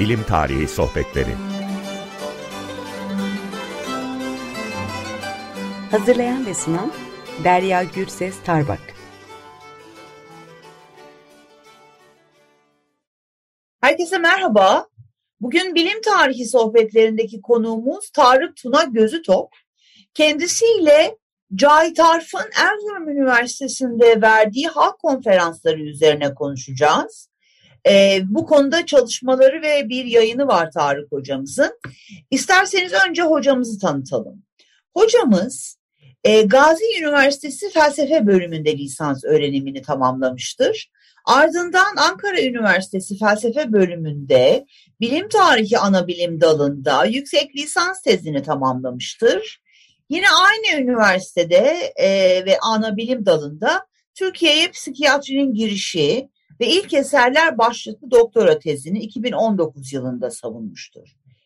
Bilim Tarihi Sohbetleri. Hazırlayan ve sunan Derya Gürses Tarbak. Herkese merhaba. Bugün bilim tarihi sohbetlerindeki konuğumuz Tarık Tuna Gözütok. Kendisiyle Cahit Arf'ın Erzurum Üniversitesi'nde verdiği halk konferansları üzerine konuşacağız. Bu konuda çalışmaları ve bir yayını var Tarık hocamızın. İsterseniz önce hocamızı tanıtalım. Hocamız Gazi Üniversitesi Felsefe bölümünde lisans öğrenimini tamamlamıştır. Ardından Ankara Üniversitesi Felsefe bölümünde bilim tarihi anabilim dalında yüksek lisans tezini tamamlamıştır. Yine aynı üniversitede ve anabilim dalında Türkiye'ye psikiyatrinin girişi ve ilk eserler başlıklı doktora tezini 2019 yılında savunmuştur.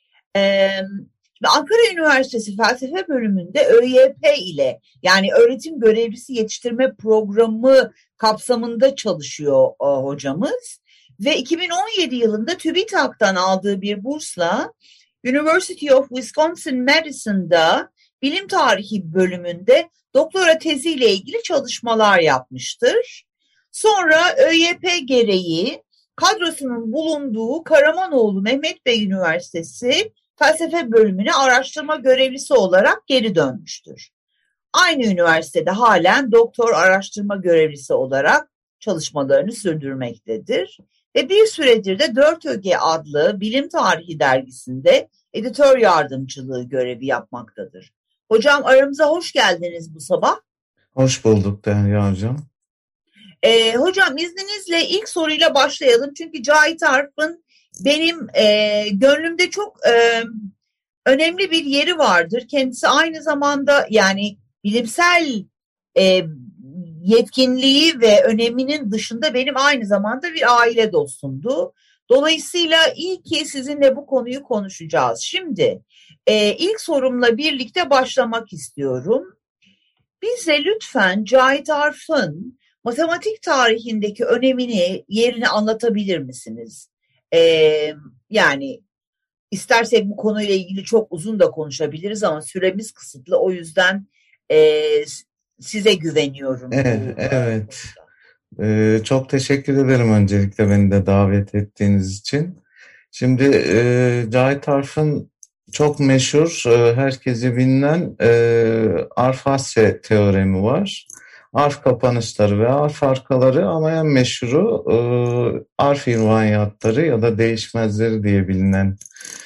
Ankara Üniversitesi Felsefe bölümünde ÖYP ile yani öğretim görevlisi yetiştirme programı kapsamında çalışıyor hocamız ve 2017 yılında TÜBİTAK'tan aldığı bir bursla University of Wisconsin-Madison'da bilim tarihi bölümünde doktora teziyle ilgili çalışmalar yapmıştır. Sonra ÖYP gereği kadrosunun bulunduğu Karamanoğlu Mehmet Bey Üniversitesi Felsefe bölümüne araştırma görevlisi olarak geri dönmüştür. Aynı üniversitede halen doktor araştırma görevlisi olarak çalışmalarını sürdürmektedir. Ve bir süredir de 4Öge adlı bilim tarihi dergisinde editör yardımcılığı görevi yapmaktadır. Hocam aramıza hoş geldiniz bu sabah. Hoş bulduk Derya Hocam. Hocam izninizle ilk soruyla başlayalım. Çünkü Cahit Arf'ın benim gönlümde çok önemli bir yeri vardır. Kendisi aynı zamanda yani bilimsel yetkinliği ve öneminin dışında benim aynı zamanda bir aile dostumdu. Dolayısıyla iyi ki sizinle bu konuyu konuşacağız. Şimdi ilk sorumla birlikte başlamak istiyorum. Bize lütfen Cahit Arf'ın matematik tarihindeki önemini, yerini anlatabilir misiniz? Yani istersek bu konuyla ilgili çok uzun da konuşabiliriz ama süremiz kısıtlı. O yüzden size güveniyorum. Evet. Çok teşekkür ederim öncelikle beni de davet ettiğiniz için. Şimdi Cahit Arf'ın çok meşhur, herkese bilinen Arf-Hasse teoremi var. Arf kapanışları ve arf arkaları ama en meşhuru arf irvaniyatları ya da değişmezleri diye bilinen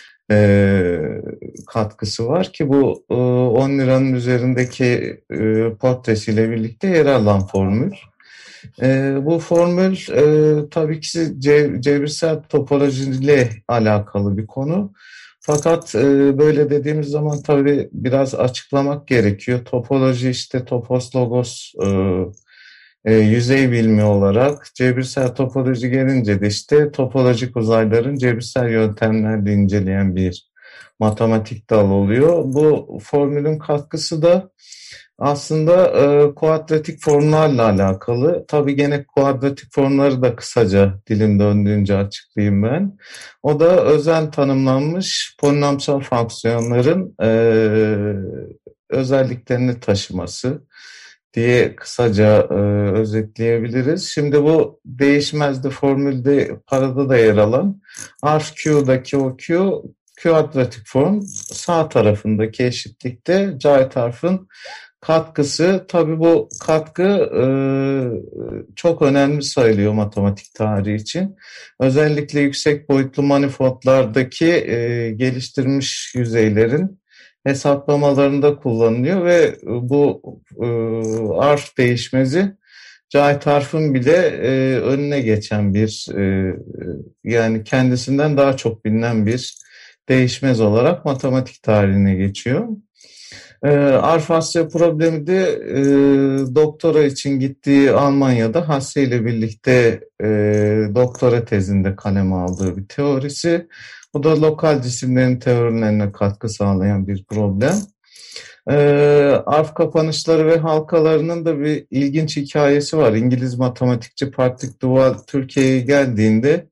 katkısı var ki bu 10 liranın üzerindeki portresiyle birlikte yer alan formül. Bu formül tabii ki cebirsel topolojiyle alakalı bir konu. Fakat böyle dediğimiz zaman tabii biraz açıklamak gerekiyor. Topoloji işte topos logos yüzey bilimi olarak, cebirsel topoloji gelince de işte topolojik uzayların cebirsel yöntemlerle inceleyen bir matematik dal oluyor. Bu formülün katkısı da aslında kuadratik formlarla alakalı. Tabii gene kuadratik formları da kısaca dilim döndüğünce açıklayayım ben. O da özel tanımlanmış polinomsal fonksiyonların özelliklerini taşıması diye kısaca özetleyebiliriz. Şimdi bu değişmezdi formülde parada da yer alan arf-Q'daki o Q kuadratik form sağ tarafındaki eşitlikte Cahit Arf'ın katkısı. Tabii bu katkı çok önemli sayılıyor matematik tarihi için. Özellikle yüksek boyutlu manifoldlardaki geliştirilmiş yüzeylerin hesaplamalarında kullanılıyor ve bu arf değişmezi Cahit Arf'ın bile önüne geçen bir yani kendisinden daha çok bilinen bir değişmez olarak matematik tarihine geçiyor. Arf-Hasse problemi de doktora için gittiği Almanya'da Hasse ile birlikte doktora tezinde kaleme aldığı bir teorisi. Bu da lokal cisimlerin teorilerine katkı sağlayan bir problem. Arf kapanışları ve halkalarının da bir ilginç hikayesi var. İngiliz matematikçi Patrick Duval Türkiye'ye geldiğinde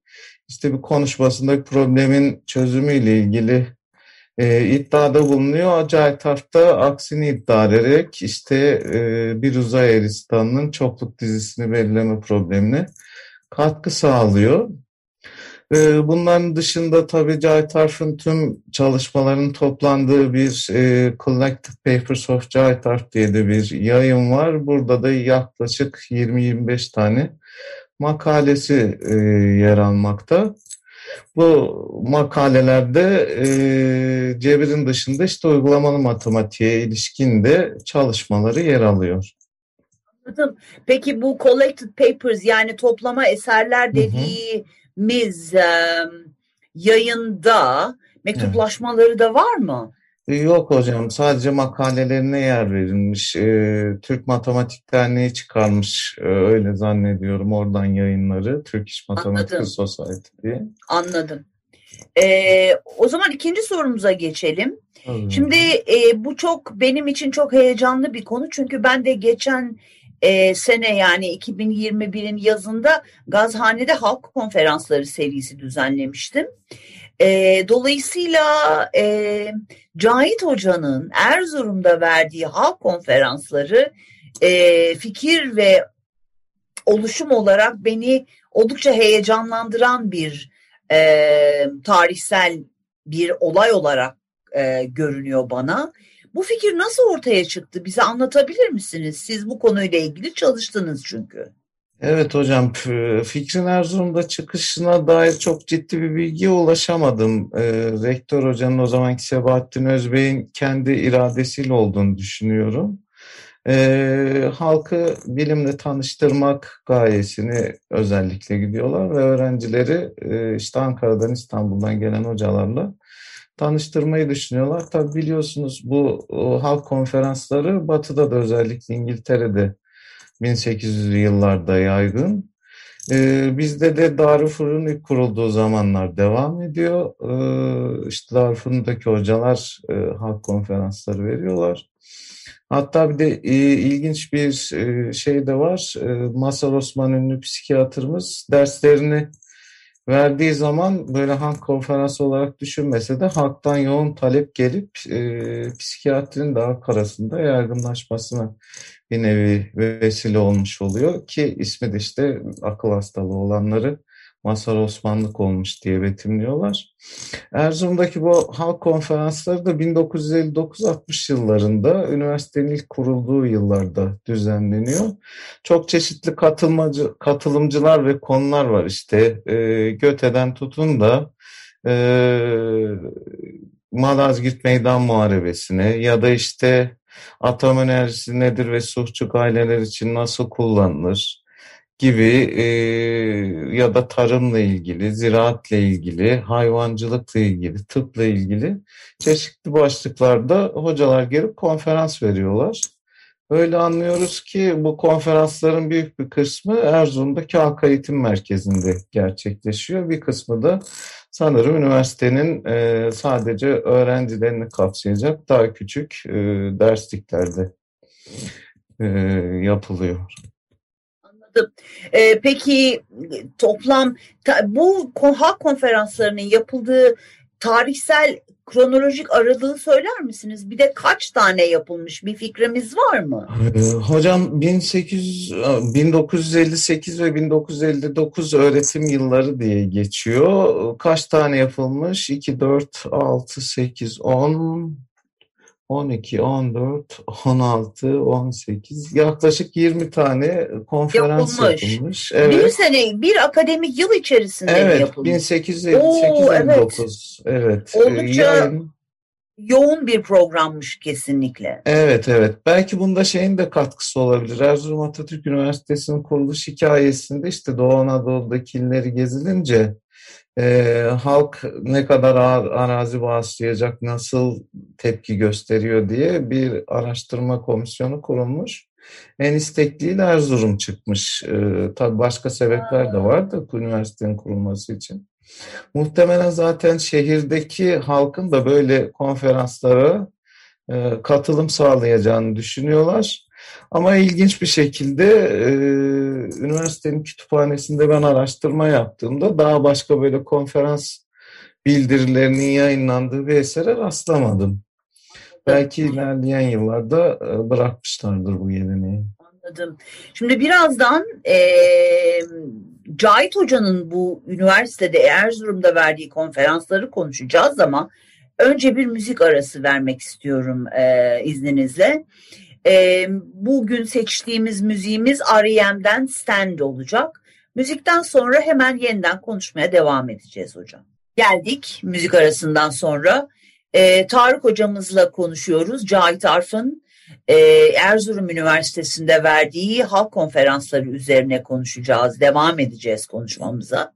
işte bir konuşmasındaki problemin çözümüyle ilgili iddiada bulunuyor. Acayip tarafta aksini iddia ederek işte bir uzay eristanının çokluk dizisini belirleme problemine katkı sağlıyor. Bunların dışında tabii Cahit Arf'ın tüm çalışmalarının toplandığı bir Collected Papers of Cahit Arf diye de bir yayın var. Burada da yaklaşık 20-25 tane makalesi yer almakta. Bu makalelerde cebirin dışında işte uygulamalı matematiğe ilişkin de çalışmaları yer alıyor. Anladım. Peki bu collected papers, yani toplama eserler dediğimiz yayında mektuplaşmaları da var mı? Yok hocam, sadece makalelerine yer verilmiş. Türk Matematik Derneği çıkarmış, öyle zannediyorum, oradan yayınları. Turkish Mathematical Society diye. Anladım. O zaman ikinci sorumuza geçelim. Şimdi bu benim için çok heyecanlı bir konu. Çünkü ben de geçen sene, yani 2021'in yazında Gazhane'de halk konferansları serisi düzenlemiştim. Dolayısıyla Cahit Hoca'nın Erzurum'da verdiği halk konferansları fikir ve oluşum olarak beni oldukça heyecanlandıran bir tarihsel bir olay olarak görünüyor bana. Bu fikir nasıl ortaya çıktı? Bize anlatabilir misiniz? Siz bu konuyla ilgili çalıştınız çünkü. Evet hocam, fikrin Erzurum'da çıkışına dair çok ciddi bir bilgiye ulaşamadım. Rektör hocanın, o zamanki Sebahattin Özbey'in kendi iradesiyle olduğunu düşünüyorum. Halkı bilimle tanıştırmak gayesini özellikle gidiyorlar ve öğrencileri işte Ankara'dan, İstanbul'dan gelen hocalarla tanıştırmayı düşünüyorlar. Tabii biliyorsunuz, bu halk konferansları Batı'da da, özellikle İngiltere'de 1800'lü yıllarda yaygın. Bizde de Darülfünun'un ilk kurulduğu zamanlar devam ediyor. İşte Darülfünun'daki hocalar halk konferansları veriyorlar. Hatta bir de ilginç bir şey de var. Mazhar Osman, ünlü psikiyatrımız, derslerini verdiği zaman böyle halk konferansı olarak düşünmese de halktan yoğun talep gelip psikiyatrinin de halk arasında yaygınlaşmasına bir nevi vesile olmuş oluyor ki ismi de işte akıl hastalığı olanları Mazhar Osmanlık olmuş diye betimliyorlar. Erzurum'daki bu halk konferansları da 1959-60 yıllarında üniversitenin ilk kurulduğu yıllarda düzenleniyor. Çok çeşitli katılımcılar ve konular var işte. Göte'den tutun da Malazgirt Meydan Muharebesi'ne ya da işte atom enerjisi nedir ve suççuk aileler için nasıl kullanılır gibi ya da tarımla ilgili, ziraatla ilgili, hayvancılıkla ilgili, tıpla ilgili çeşitli başlıklarda hocalar gelip konferans veriyorlar. Öyle anlıyoruz ki bu konferansların büyük bir kısmı Erzurum'daki Halk Eğitim Merkezi'nde gerçekleşiyor. Bir kısmı da sanırım üniversitenin sadece öğrencilerini kapsayacak daha küçük dersliklerde yapılıyor. Anladım. Peki toplam bu halk konferanslarının yapıldığı tarihsel kronolojik aralığı söyler misiniz? Bir de kaç tane yapılmış, bir fikrimiz var mı? Hocam 1958 ve 1959 öğretim yılları diye geçiyor. Kaç tane yapılmış? 2, 4, 6, 8, 10, 12, 14, 16, 18, yaklaşık 20 tane konferans yapılmış. Evet. Bir sene, bir akademik yıl içerisinde mi yapılmış? 1858-59. Evet. Oldukça yoğun bir programmış kesinlikle. Evet. Belki bunda şeyin de katkısı olabilir. Erzurum Atatürk Üniversitesi'nin kuruluş hikayesinde işte Doğu Anadolu'daki illeri gezilince halk ne kadar arazi bağışlayacak, nasıl tepki gösteriyor diye bir araştırma komisyonu kurulmuş. En istekliyle Erzurum çıkmış. Tabii başka sebepler de var da üniversitenin kurulması için. Muhtemelen zaten şehirdeki halkın da böyle konferanslara katılım sağlayacağını düşünüyorlar. Ama ilginç bir şekilde üniversitenin kütüphanesinde ben araştırma yaptığımda daha başka böyle konferans bildirilerinin yayınlandığı bir esere rastlamadım. Belki ilerleyen yıllarda bırakmışlardır bu geleneği. Anladım. Şimdi birazdan Cahit Hoca'nın bu üniversitede Erzurum'da verdiği konferansları konuşacağız ama önce bir müzik arası vermek istiyorum izninizle. Bugün seçtiğimiz müziğimiz R.E.M'den Stand olacak. Müzikten sonra hemen yeniden konuşmaya devam edeceğiz hocam. Geldik müzik arasından sonra. Tarık hocamızla konuşuyoruz. Cahit Arf'ın Erzurum Üniversitesi'nde verdiği halk konferansları üzerine konuşacağız. Devam edeceğiz konuşmamıza.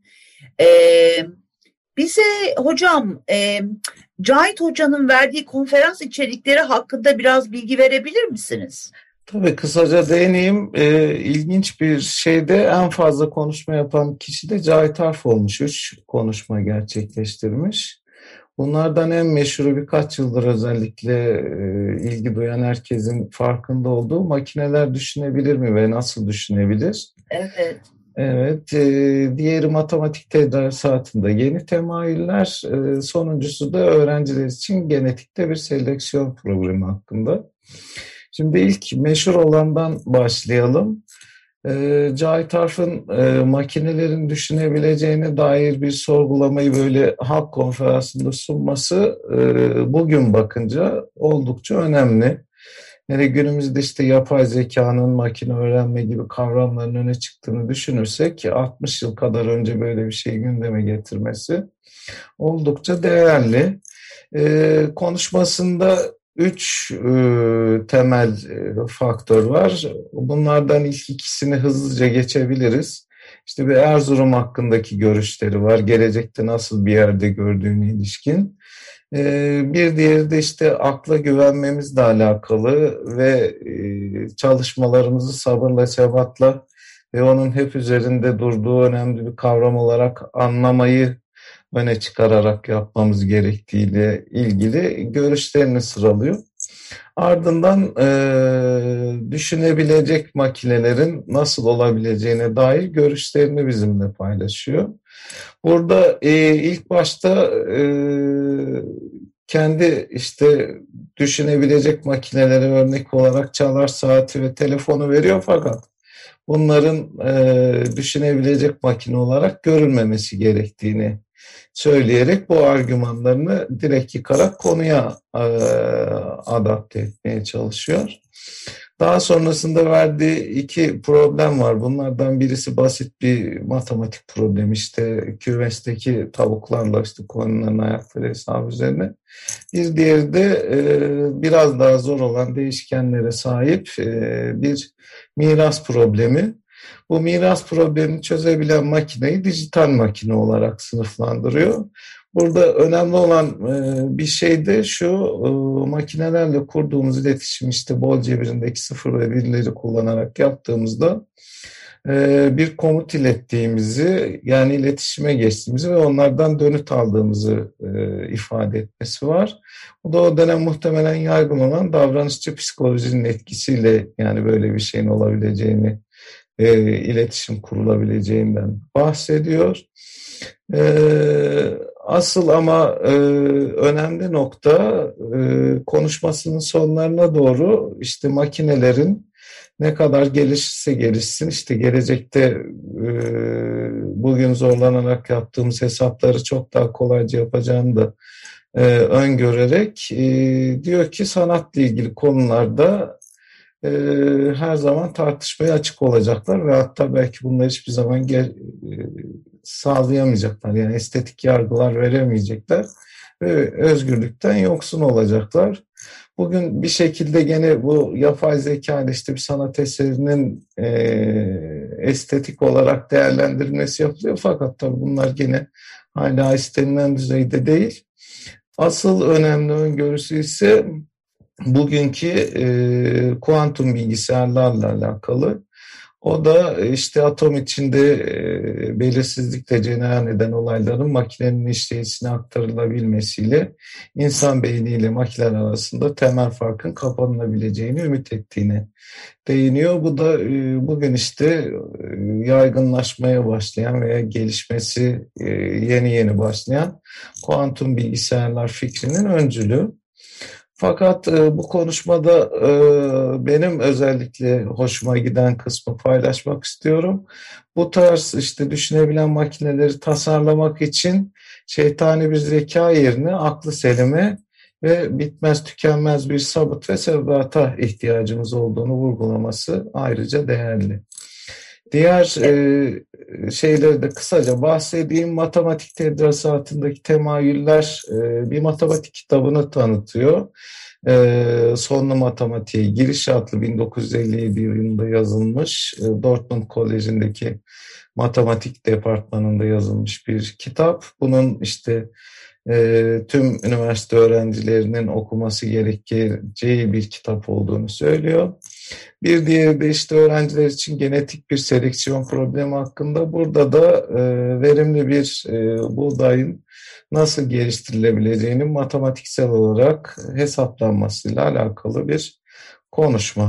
Bize hocam Cahit Hoca'nın verdiği konferans içerikleri hakkında biraz bilgi verebilir misiniz? Tabii kısaca değineyim. İlginç bir şeyde en fazla konuşma yapan kişi de Cahit Arf olmuş. 3 konuşma gerçekleştirmiş. Bunlardan en meşhuru birkaç yıldır özellikle ilgi duyan herkesin farkında olduğu makineler düşünebilir mi ve nasıl düşünebilir? Evet. Evet, diğeri matematik tedrisatında yeni temayüller, sonuncusu da öğrenciler için genetikte bir seleksiyon problemi hakkında. Şimdi ilk meşhur olandan başlayalım. Cahit Arf'ın makinelerin düşünebileceğine dair bir sorgulamayı böyle halk konferansında sunması bugün bakınca oldukça önemli. Yani günümüzde işte yapay zekanın, makine öğrenme gibi kavramların öne çıktığını düşünürsek 60 yıl kadar önce böyle bir şeyi gündeme getirmesi oldukça değerli. Konuşmasında 3 temel faktör var. Bunlardan ilk ikisini hızlıca geçebiliriz. İşte bir Erzurum hakkındaki görüşleri var. Gelecekte nasıl bir yerde gördüğüne ilişkin. Bir diğeri de işte akla güvenmemizle alakalı ve çalışmalarımızı sabırla, sebatla ve onun hep üzerinde durduğu önemli bir kavram olarak anlamayı öne çıkararak yapmamız gerektiğiyle ilgili görüşlerini sıralıyor. Ardından düşünebilecek makinelerin nasıl olabileceğine dair görüşlerini bizimle paylaşıyor. Burada ilk başta kendi işte düşünebilecek makinelere örnek olarak çalar saati ve telefonu veriyor fakat bunların düşünebilepek makine olarak görülmemesi gerektiğini söyleyerek bu argümanlarını direkt yıkarak konuya adapte etmeye çalışıyor. Daha sonrasında verdiği 2 problem var. Bunlardan birisi basit bir matematik problemi. İşte kümesteki tavuklarla işte konuların ayakları hesabı üzerine. Bir diğeri de biraz daha zor olan değişkenlere sahip bir miras problemi. Bu miras problemini çözebilen makineyi dijital makine olarak sınıflandırıyor. Burada önemli olan bir şey de şu, makinelerle kurduğumuz iletişim işte bol cebirindeki 0 ve 1'leri kullanarak yaptığımızda bir komut ilettiğimizi yani iletişime geçtiğimizi ve onlardan dönüt aldığımızı ifade etmesi var. Bu da o dönem muhtemelen yaygın olan davranışçı psikolojinin etkisiyle yani böyle bir şeyin olabileceğini, iletişim kurulabileceğinden bahsediyor. Asıl ama önemli nokta konuşmasının sonlarına doğru işte makinelerin ne kadar gelişirse gelişsin işte gelecekte bugün zorlanarak yaptığımız hesapları çok daha kolayca yapacağını da öngörerek diyor ki sanatla ilgili konularda her zaman tartışmaya açık olacaklar ve hatta belki bunları hiçbir zaman sağlayamayacaklar. Yani estetik yargılar veremeyecekler ve özgürlükten yoksun olacaklar. Bugün bir şekilde gene bu yapay zeka ile işte bir sanat eserinin estetik olarak değerlendirilmesi yapılıyor fakat tabii bunlar gene hala istenilen düzeyde değil. Asıl önemli öngörüsü ise bugünkü kuantum bilgisayarlarla alakalı. O da işte atom içinde belirsizlikle cereyan eden olayların makinenin işleyişine aktarılabilmesiyle insan beyniyle makineler arasında temel farkın kapanılabileceğini ümit ettiğini değiniyor. Bu da bugün işte yaygınlaşmaya başlayan veya gelişmesi yeni yeni başlayan kuantum bilgisayarlar fikrinin öncülü. Fakat bu konuşmada benim özellikle hoşuma giden kısmı paylaşmak istiyorum. Bu tarz işte düşünebilen makineleri tasarlamak için şeytani bir zeka yerine aklı selime ve bitmez tükenmez bir sabıt ve sebata ihtiyacımız olduğunu vurgulaması ayrıca değerli. Diğer şeyleri de kısaca bahsedeyim. Matematik tedrisatındaki temayüller bir matematik kitabını tanıtıyor. Sonlu Matematiğe Giriş adlı 1957 yılında yazılmış, Dortmund Koleji'ndeki matematik departmanında yazılmış bir kitap. Bunun işte tüm üniversite öğrencilerinin okuması gerekeceği bir kitap olduğunu söylüyor. Bir diğeri de işte öğrenciler için genetik bir seleksiyon problemi hakkında. Burada da verimli bir buğdayın nasıl geliştirilebileceğinin matematiksel olarak hesaplanmasıyla alakalı bir konuşma.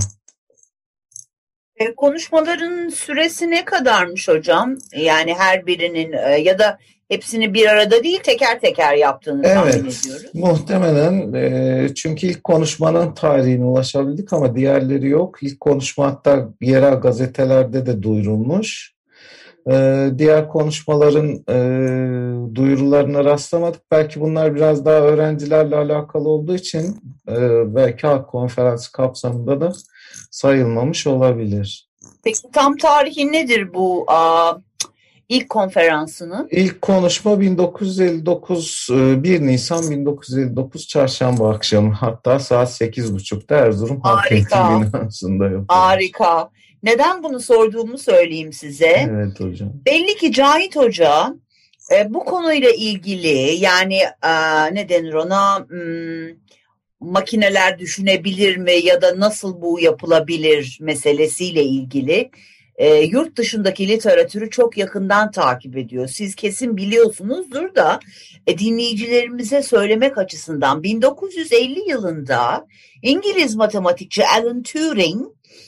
Konuşmaların süresi ne kadarmış hocam? Yani her birinin ya da hepsini bir arada değil teker teker yaptığını tahmin ediyoruz. Evet, muhtemelen çünkü ilk konuşmanın tarihine ulaşabildik ama diğerleri yok. İlk konuşma hatta yerel gazetelerde de duyurulmuş. Diğer konuşmaların duyurularına rastlamadık. Belki bunlar biraz daha öğrencilerle alakalı olduğu için belki halk konferansı kapsamında da sayılmamış olabilir. Peki tam tarihi nedir bu ilk konferansının? İlk konuşma 1959, 1 Nisan 1959 Çarşamba akşamı, hatta saat 8.30'da Erzurum Halk Eğitim Binası'nda yapılmış. Harika. Neden bunu sorduğumu söyleyeyim size. Evet hocam. Belli ki Cahit Hoca bu konuyla ilgili, yani ne denir ona, makineler düşünebilir mi ya da nasıl bu yapılabilir meselesiyle ilgili yurt dışındaki literatürü çok yakından takip ediyor. Siz kesin biliyorsunuzdur da dinleyicilerimize söylemek açısından 1950 yılında İngiliz matematikçi Alan Turing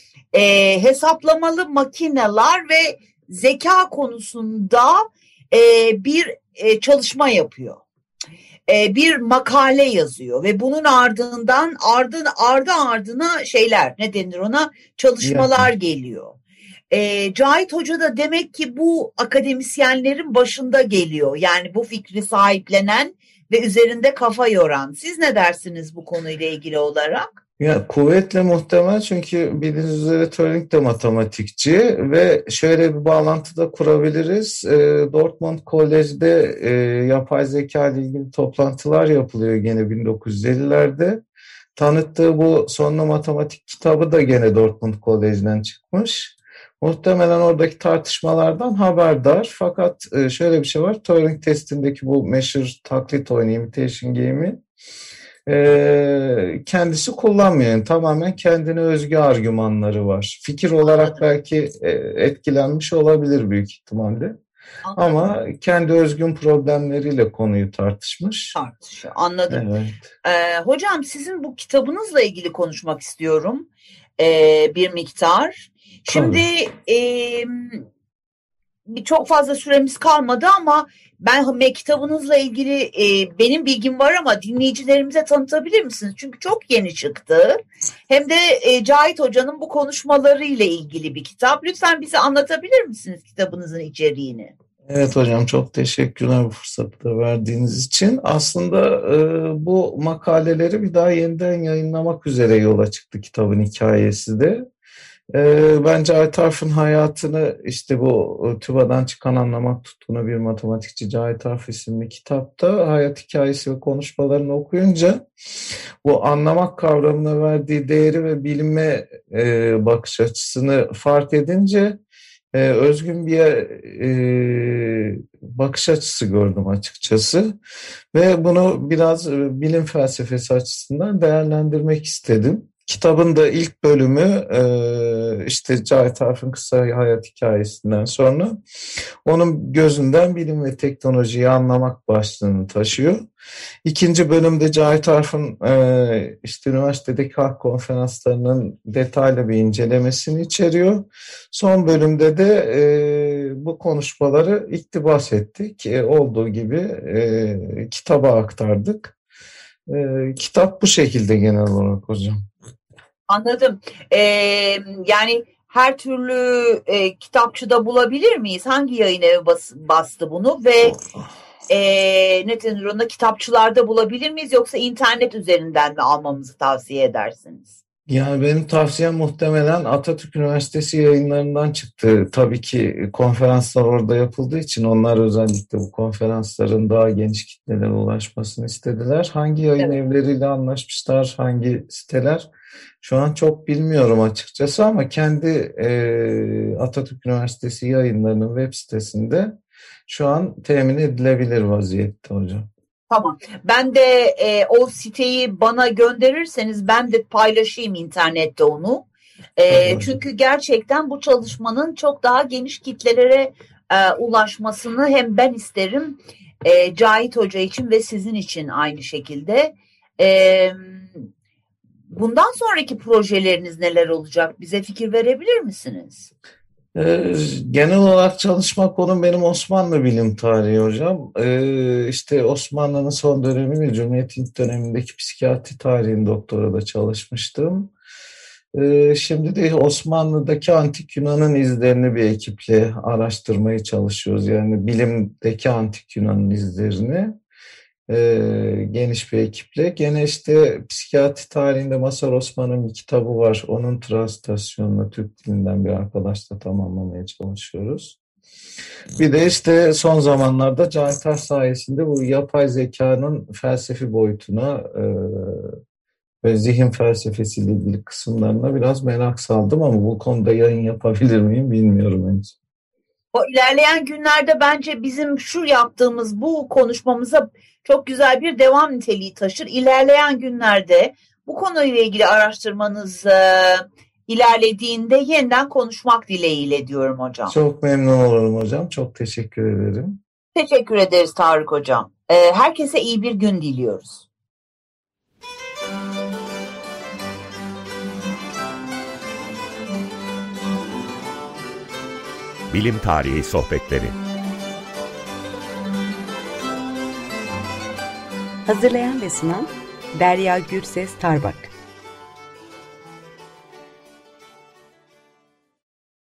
hesaplamalı makineler ve zeka konusunda bir çalışma yapıyor. Bir makale yazıyor ve bunun ardından ardı ardına şeyler, ne denir ona, çalışmalar geliyor. Cahit Hoca da demek ki bu akademisyenlerin başında geliyor. Yani bu fikri sahiplenen ve üzerinde kafa yoran. Siz ne dersiniz bu konuyla ilgili olarak? Ya kuvvetle muhtemel, çünkü bildiğiniz üzere Turing de matematikçi ve şöyle bir bağlantı da kurabiliriz. Dortmund Kolej'de yapay zeka ile ilgili toplantılar yapılıyor gene 1950'lerde. Tanıttığı bu Sonlu Matematik kitabı da gene Dortmund Kolej'den çıkmış. Muhtemelen oradaki tartışmalardan haberdar. Fakat şöyle bir şey var. Turing testindeki bu meşhur taklit oyunu, imitation game'i kendisi kullanmıyor. Yani tamamen kendine özgü argümanları var. Fikir olarak belki etkilenmiş olabilir büyük ihtimalle. Ama kendi özgün problemleriyle konuyu tartışmış. Anladım. Evet. Hocam, sizin bu kitabınızla ilgili konuşmak istiyorum bir miktar. Şimdi çok fazla süremiz kalmadı ama ben kitabınızla ilgili benim bilgim var ama dinleyicilerimize tanıtabilir misiniz? Çünkü çok yeni çıktı. Hem de Cahit Hoca'nın bu konuşmaları ile ilgili bir kitap. Lütfen bize anlatabilir misiniz kitabınızın içeriğini? Evet hocam, çok teşekkürler bu fırsatı da verdiğiniz için. Aslında bu makaleleri bir daha yeniden yayınlamak üzere yola çıktı kitabın hikayesi de. Ben Cahit Arf'ın hayatını, işte bu TÜBA'dan çıkan Anlamak Tutkunu Bir Matematikçi Cahit Arf isimli kitapta hayat hikayesi ve konuşmalarını okuyunca bu anlamak kavramına verdiği değeri ve bilime bakış açısını fark edince özgün bir bakış açısı gördüm açıkçası ve bunu biraz bilim felsefesi açısından değerlendirmek istedim. Kitabın da ilk bölümü işte Cahit Arf'ın kısa hayat hikayesinden sonra onun gözünden bilim ve teknolojiyi anlamak başlığını taşıyor. İkinci bölümde Cahit Arf'ın işte üniversitedeki halk konferanslarının detaylı bir incelemesini içeriyor. Son bölümde de bu konuşmaları iktibas ettik. Olduğu gibi kitaba aktardık. Kitap bu şekilde genel olarak hocam. Anladım. Yani her türlü kitapçıda bulabilir miyiz? Hangi yayın evi bastı bunu ve ne denir ona, kitapçılarda bulabilir miyiz yoksa internet üzerinden mi almamızı tavsiye edersiniz? Yani benim tavsiyem muhtemelen Atatürk Üniversitesi yayınlarından çıktı. Tabii ki konferanslar orada yapıldığı için onlar özellikle bu konferansların daha geniş kitlelere ulaşmasını istediler. Hangi yayın evleriyle anlaşmışlar, hangi siteler? Şu an çok bilmiyorum açıkçası ama kendi Atatürk Üniversitesi yayınlarının web sitesinde şu an temin edilebilir vaziyette hocam. Tamam. Ben de o siteyi bana gönderirseniz ben de paylaşayım internette onu. Çünkü gerçekten bu çalışmanın çok daha geniş kitlelere ulaşmasını hem ben isterim, Cahit Hoca için ve sizin için aynı şekilde. Bundan sonraki projeleriniz neler olacak? Bize fikir verebilir misiniz? Genel olarak çalışma konum benim Osmanlı bilim tarihi hocam. İşte Osmanlı'nın son dönemi ve Cumhuriyet'in ilk dönemindeki psikiyatri tarihinin doktorada çalışmıştım. Şimdi de Osmanlı'daki Antik Yunan'ın izlerini bir ekiple araştırmaya çalışıyoruz. Yani bilimdeki Antik Yunan'ın izlerini. Geniş bir ekiple. Gene işte psikiyatri tarihinde Mazhar Osman'ın bir kitabı var. Onun translasyonunu Türk dilinden bir arkadaşla tamamlamaya çalışıyoruz. Bir de işte son zamanlarda Cahit Arf sayesinde bu yapay zekanın felsefi boyutuna ve zihin felsefesiyle ilgili kısımlarına biraz merak saldım ama bu konuda yayın yapabilir miyim bilmiyorum henüz. O ilerleyen günlerde bence bizim şu yaptığımız bu konuşmamıza çok güzel bir devam niteliği taşır. İlerleyen günlerde bu konuyla ilgili araştırmanız ilerlediğinde yeniden konuşmak dileğiyle diyorum hocam. Çok memnun olurum hocam. Çok teşekkür ederim. Teşekkür ederiz Tarık hocam. Herkese iyi bir gün diliyoruz. Bilim Tarihi Sohbetleri. Hazırlayan ve sunan Derya Gürses Tarbak.